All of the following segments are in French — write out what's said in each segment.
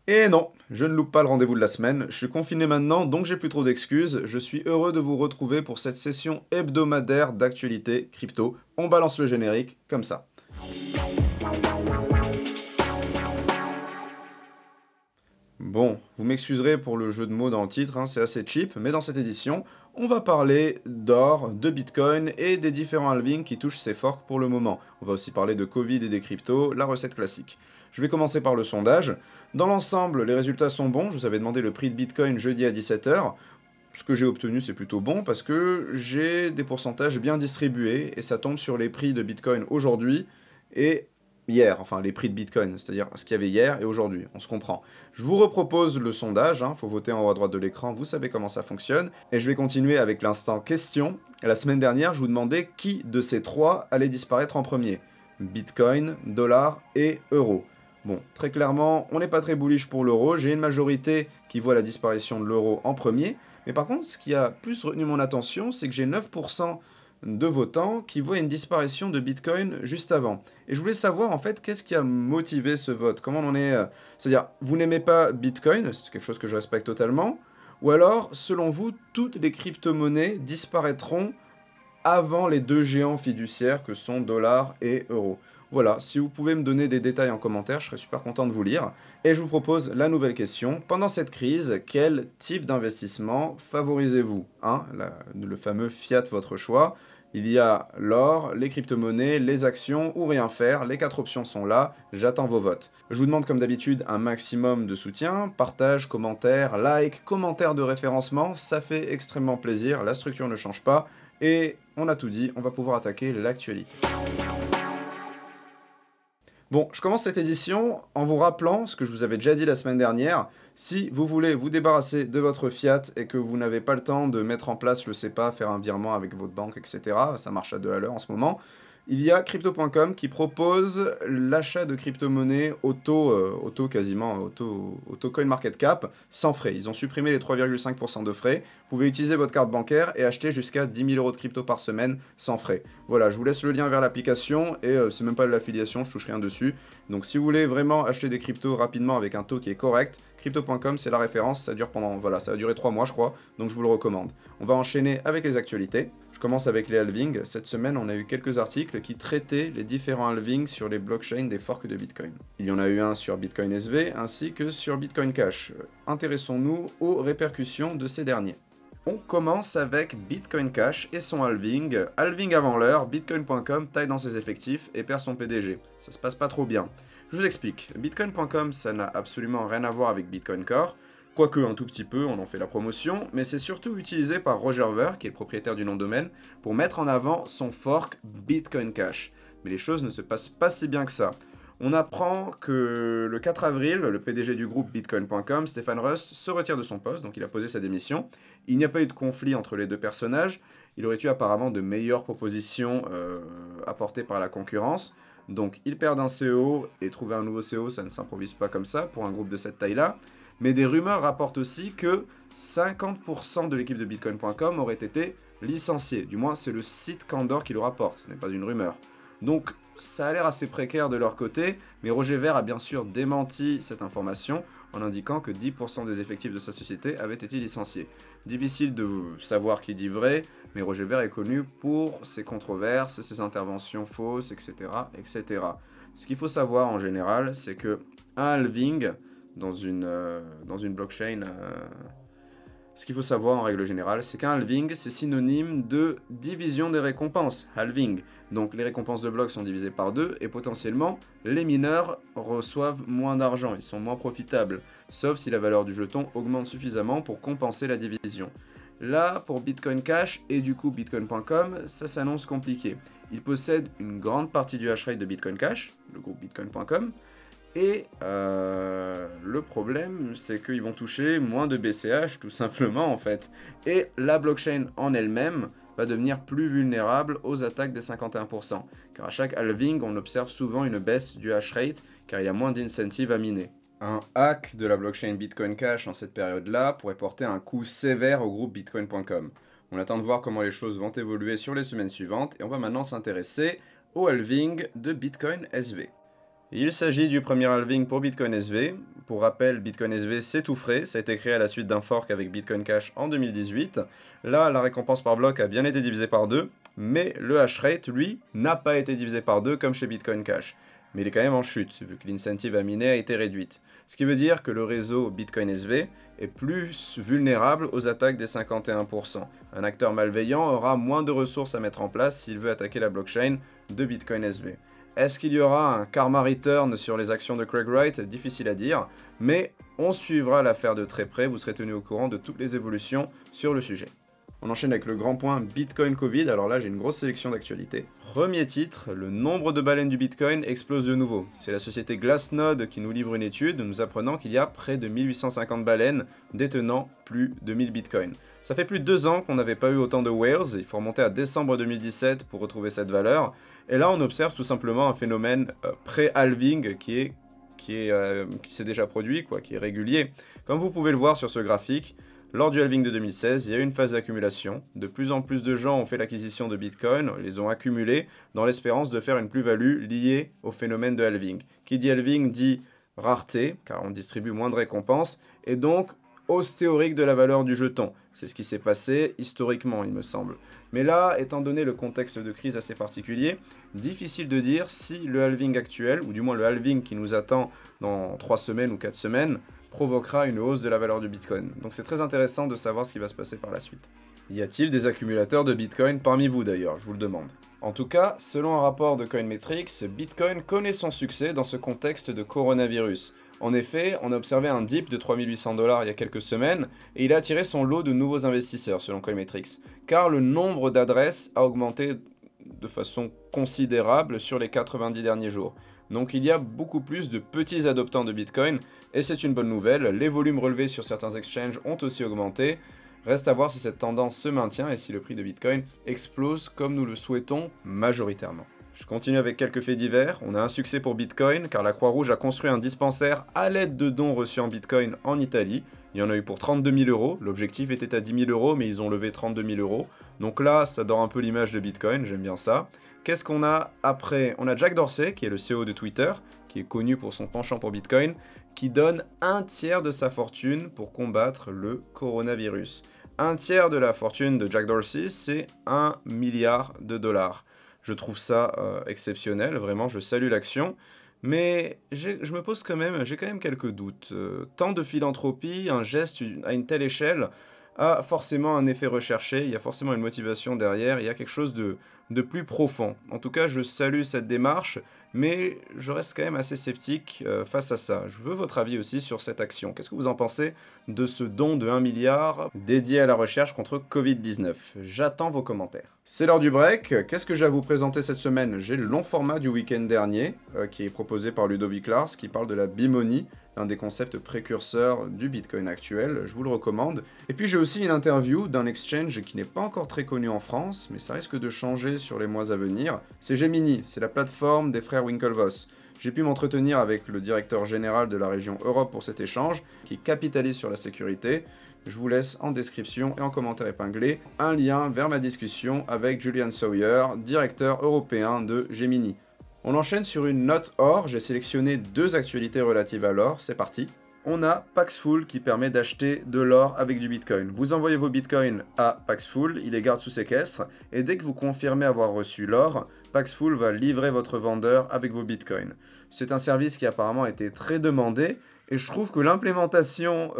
Et non, je ne loupe pas le rendez-vous de la semaine, je suis confiné maintenant, donc j'ai plus trop d'excuses. Je suis heureux de vous retrouver pour cette session hebdomadaire d'actualité crypto. On balance le générique, comme ça. Bon, vous m'excuserez pour le jeu de mots dans le titre, hein, c'est assez cheap, mais dans cette édition, on va parler d'or, de Bitcoin et des différents halvings qui touchent ces forks pour le moment. On va aussi parler de Covid et des cryptos, la recette classique. Je vais commencer par le sondage. Dans l'ensemble, les résultats sont bons. Je vous avais demandé le prix de Bitcoin jeudi à 17h. Ce que j'ai obtenu, c'est plutôt bon parce que j'ai des pourcentages bien distribués et ça tombe sur les prix de Bitcoin aujourd'hui et hier, enfin les prix de Bitcoin, c'est-à-dire ce qu'il y avait hier et aujourd'hui, on se comprend. Je vous repropose le sondage, faut voter en haut à droite de l'écran, vous savez comment ça fonctionne, et je vais continuer avec l'instant question. La semaine dernière, je vous demandais qui de ces trois allait disparaître en premier. Bitcoin, dollar et euro. Bon, très clairement, on n'est pas très bullish pour l'euro, j'ai une majorité qui voit la disparition de l'euro en premier, mais par contre, ce qui a plus retenu mon attention, c'est que j'ai 9% de votants qui voient une disparition de Bitcoin juste avant. Et je voulais savoir en fait qu'est-ce qui a motivé ce vote. Comment on en est. C'est-à-dire, vous n'aimez pas Bitcoin, c'est quelque chose que je respecte totalement, ou alors, selon vous, toutes les crypto-monnaies disparaîtront avant les deux géants fiduciaires que sont dollars et euros. Voilà, si vous pouvez me donner des détails en commentaire, je serais super content de vous lire. Et je vous propose la nouvelle question. Pendant cette crise, quel type d'investissement favorisez-vous le fameux fiat votre choix. Il y a l'or, les crypto-monnaies, les actions ou rien faire. Les quatre options sont là. J'attends vos votes. Je vous demande comme d'habitude un maximum de soutien. Partage, commentaire, like, commentaire de référencement. Ça fait extrêmement plaisir. La structure ne change pas. Et on a tout dit, on va pouvoir attaquer l'actualité. Bon, je commence cette édition en vous rappelant ce que je vous avais déjà dit la semaine dernière. Si vous voulez vous débarrasser de votre fiat et que vous n'avez pas le temps de mettre en place le SEPA, faire un virement avec votre banque, etc., ça marche à 2 à l'heure en ce moment, il y a crypto.com qui propose l'achat de crypto-monnaies auto CoinMarketCap sans frais. Ils ont supprimé les 3,5% de frais. Vous pouvez utiliser votre carte bancaire et acheter jusqu'à 10 000 euros de crypto par semaine sans frais. Voilà, je vous laisse le lien vers l'application et c'est même pas de l'affiliation, je touche rien dessus. Donc si vous voulez vraiment acheter des cryptos rapidement avec un taux qui est correct, crypto.com c'est la référence, ça va durer 3 mois je crois, donc je vous le recommande. On va enchaîner avec les actualités. Je commence avec les halvings. Cette semaine, on a eu quelques articles qui traitaient les différents halvings sur les blockchains des forks de Bitcoin. Il y en a eu un sur Bitcoin SV ainsi que sur Bitcoin Cash. Intéressons-nous aux répercussions de ces derniers. On commence avec Bitcoin Cash et son halving. Halving avant l'heure, Bitcoin.com taille dans ses effectifs et perd son PDG. Ça se passe pas trop bien. Je vous explique. Bitcoin.com, ça n'a absolument rien à voir avec Bitcoin Core. Quoique un tout petit peu, on en fait la promotion, mais c'est surtout utilisé par Roger Ver, qui est le propriétaire du nom de domaine, pour mettre en avant son fork Bitcoin Cash. Mais les choses ne se passent pas si bien que ça. On apprend que le 4 avril, le PDG du groupe Bitcoin.com, Stephen Rust, se retire de son poste, donc il a posé sa démission. Il n'y a pas eu de conflit entre les deux personnages, il aurait eu apparemment de meilleures propositions apportées par la concurrence. Donc ils perdent un CEO, et trouver un nouveau CEO, ça ne s'improvise pas comme ça pour un groupe de cette taille-là. Mais des rumeurs rapportent aussi que 50% de l'équipe de Bitcoin.com aurait été licenciée. Du moins, c'est le site Candor qui le rapporte, ce n'est pas une rumeur. Donc, ça a l'air assez précaire de leur côté, mais Roger Ver a bien sûr démenti cette information en indiquant que 10% des effectifs de sa société avaient été licenciés. Difficile de savoir qui dit vrai, mais Roger Ver est connu pour ses controverses, ses interventions fausses, etc. etc. Ce qu'il faut savoir en général, c'est que un halving dans une blockchain, ce qu'il faut savoir en règle générale, c'est qu'un halving, c'est synonyme de division des récompenses, halving. Donc les récompenses de blocs sont divisées par 2 et potentiellement, les mineurs reçoivent moins d'argent, ils sont moins profitables, sauf si la valeur du jeton augmente suffisamment pour compenser la division. Là, pour Bitcoin Cash et du coup Bitcoin.com, ça s'annonce compliqué. Ils possèdent une grande partie du hashrate de Bitcoin Cash, le groupe Bitcoin.com, et le problème, c'est qu'ils vont toucher moins de BCH, tout simplement, en fait. Et la blockchain en elle-même va devenir plus vulnérable aux attaques des 51%. Car à chaque halving, on observe souvent une baisse du hash rate, car il y a moins d'incentives à miner. Un hack de la blockchain Bitcoin Cash en cette période-là pourrait porter un coup sévère au groupe Bitcoin.com. On attend de voir comment les choses vont évoluer sur les semaines suivantes, et on va maintenant s'intéresser au halving de Bitcoin SV. Il s'agit du premier halving pour Bitcoin SV. Pour rappel, Bitcoin SV c'est tout frais, ça a été créé à la suite d'un fork avec Bitcoin Cash en 2018. Là, la récompense par bloc a bien été divisée par 2, mais le hash rate, lui, n'a pas été divisé par 2 comme chez Bitcoin Cash. Mais il est quand même en chute, vu que l'incentive à miner a été réduite. Ce qui veut dire que le réseau Bitcoin SV est plus vulnérable aux attaques des 51%. Un acteur malveillant aura moins de ressources à mettre en place s'il veut attaquer la blockchain de Bitcoin SV. Est-ce qu'il y aura un karma return sur les actions de Craig Wright? Difficile à dire, mais on suivra l'affaire de très près, vous serez tenu au courant de toutes les évolutions sur le sujet. On enchaîne avec le grand point Bitcoin Covid, alors là j'ai une grosse sélection d'actualités. Premier titre, le nombre de baleines du Bitcoin explose de nouveau. C'est la société Glassnode qui nous livre une étude nous apprenant qu'il y a près de 1850 baleines détenant plus de 1000 Bitcoins. Ça fait plus de 2 ans qu'on n'avait pas eu autant de whales, il faut remonter à décembre 2017 pour retrouver cette valeur. Et là on observe tout simplement un phénomène pré-halving qui s'est déjà produit, qui est régulier. Comme vous pouvez le voir sur ce graphique, lors du halving de 2016, il y a eu une phase d'accumulation. De plus en plus de gens ont fait l'acquisition de Bitcoin, les ont accumulés dans l'espérance de faire une plus-value liée au phénomène de halving. Qui dit halving dit rareté, car on distribue moins de récompenses, et donc hausse théorique de la valeur du jeton. C'est ce qui s'est passé historiquement, il me semble. Mais là, étant donné le contexte de crise assez particulier, difficile de dire si le halving actuel, ou du moins le halving qui nous attend dans 3 semaines ou 4 semaines, provoquera une hausse de la valeur du Bitcoin. Donc c'est très intéressant de savoir ce qui va se passer par la suite. Y a-t-il des accumulateurs de Bitcoin parmi vous d'ailleurs, je vous le demande. En tout cas, selon un rapport de Coinmetrics, Bitcoin connaît son succès dans ce contexte de coronavirus. En effet, on a observé un dip de 3800 $ il y a quelques semaines, et il a attiré son lot de nouveaux investisseurs selon Coinmetrics, car le nombre d'adresses a augmenté de façon considérable sur les 90 derniers jours. Donc il y a beaucoup plus de petits adoptants de Bitcoin, et c'est une bonne nouvelle, les volumes relevés sur certains exchanges ont aussi augmenté. Reste à voir si cette tendance se maintient et si le prix de Bitcoin explose comme nous le souhaitons majoritairement. Je continue avec quelques faits divers. On a un succès pour Bitcoin car la Croix-Rouge a construit un dispensaire à l'aide de dons reçus en Bitcoin en Italie. Il y en a eu pour 32 000 €. L'objectif était à 10 000 €, mais ils ont levé 32 000 €. Donc là, ça dort un peu l'image de Bitcoin, j'aime bien ça. Qu'est-ce qu'on a après? On a Jack Dorsey, qui est le CEO de Twitter, qui est connu pour son penchant pour Bitcoin, qui donne un tiers de sa fortune pour combattre le coronavirus. Un tiers de la fortune de Jack Dorsey, c'est 1 milliard de dollars. Je trouve ça exceptionnel, vraiment, je salue l'action. Mais j'ai quand même quelques doutes. Tant de philanthropie, un geste à une telle échelle a forcément un effet recherché, il y a forcément une motivation derrière, il y a quelque chose de plus profond. En tout cas, je salue cette démarche, mais je reste quand même assez sceptique face à ça. Je veux votre avis aussi sur cette action. Qu'est-ce que vous en pensez de ce don de 1 milliard dédié à la recherche contre Covid-19? J'attends vos commentaires. C'est l'heure du break. Qu'est-ce que j'ai à vous présenter cette semaine? J'ai le long format du week-end dernier, qui est proposé par Ludovic Lars, qui parle de la bimonie, un des concepts précurseurs du Bitcoin actuel, je vous le recommande. Et puis j'ai aussi une interview d'un exchange qui n'est pas encore très connu en France, mais ça risque de changer sur les mois à venir. C'est Gemini, c'est la plateforme des frères Winklevoss. J'ai pu m'entretenir avec le directeur général de la région Europe pour cet échange, qui capitalise sur la sécurité. Je vous laisse en description et en commentaire épinglé un lien vers ma discussion avec Julian Sawyer, directeur européen de Gemini. On enchaîne sur une note or, j'ai sélectionné 2 actualités relatives à l'or, c'est parti. On a Paxful qui permet d'acheter de l'or avec du Bitcoin. Vous envoyez vos Bitcoins à Paxful, il les garde sous séquestre, et dès que vous confirmez avoir reçu l'or, Paxful va livrer votre vendeur avec vos Bitcoins. C'est un service qui apparemment a été très demandé, et je trouve que l'implémentation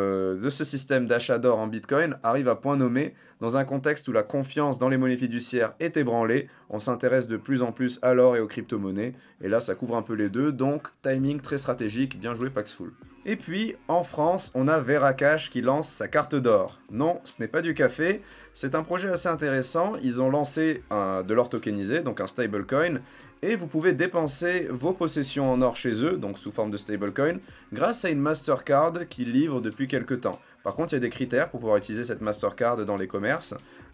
de ce système d'achat d'or en Bitcoin arrive à point nommé dans un contexte où la confiance dans les monnaies fiduciaires est ébranlée. On s'intéresse de plus en plus à l'or et aux crypto-monnaies. Et là, ça couvre un peu les deux. Donc, timing très stratégique. Bien joué, Paxful. Et puis, en France, on a Veracash qui lance sa carte d'or. Non, ce n'est pas du café. C'est un projet assez intéressant. Ils ont lancé de l'or tokenisé, donc un stablecoin. Et vous pouvez dépenser vos possessions en or chez eux, donc sous forme de stablecoin, grâce à une Mastercard qui livre depuis quelques temps. Par contre, il y a des critères pour pouvoir utiliser cette Mastercard dans les commerces.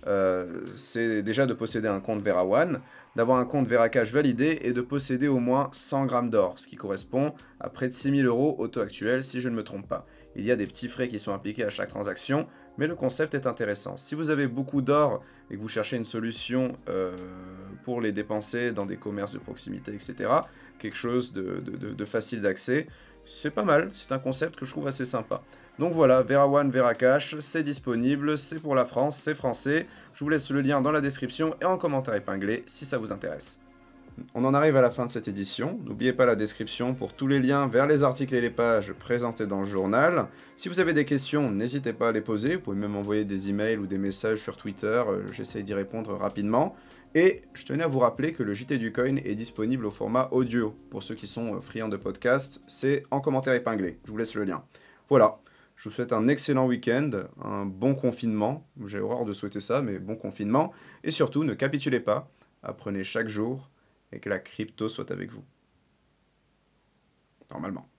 C'est déjà de posséder un compte VeraOne, d'avoir un compte Veracash validé et de posséder au moins 100 grammes d'or, ce qui correspond à près de 6 000 € au taux actuel, si je ne me trompe pas. Il y a des petits frais qui sont appliqués à chaque transaction, mais le concept est intéressant. Si vous avez beaucoup d'or et que vous cherchez une solution pour les dépenser dans des commerces de proximité, etc., quelque chose de facile d'accès. C'est pas mal, c'est un concept que je trouve assez sympa. Donc voilà, Vera One, Vera Cash, c'est disponible, c'est pour la France, c'est français. Je vous laisse le lien dans la description et en commentaire épinglé si ça vous intéresse. On en arrive à la fin de cette édition. N'oubliez pas la description pour tous les liens vers les articles et les pages présentés dans le journal. Si vous avez des questions, n'hésitez pas à les poser. Vous pouvez même envoyer des emails ou des messages sur Twitter. J'essaie d'y répondre rapidement. Et je tenais à vous rappeler que le JT du Coin est disponible au format audio. Pour ceux qui sont friands de podcast, c'est en commentaire épinglé. Je vous laisse le lien. Voilà. Je vous souhaite un excellent week-end, un bon confinement. J'ai horreur de souhaiter ça, mais bon confinement. Et surtout, ne capitulez pas. Apprenez chaque jour et que la crypto soit avec vous. Normalement.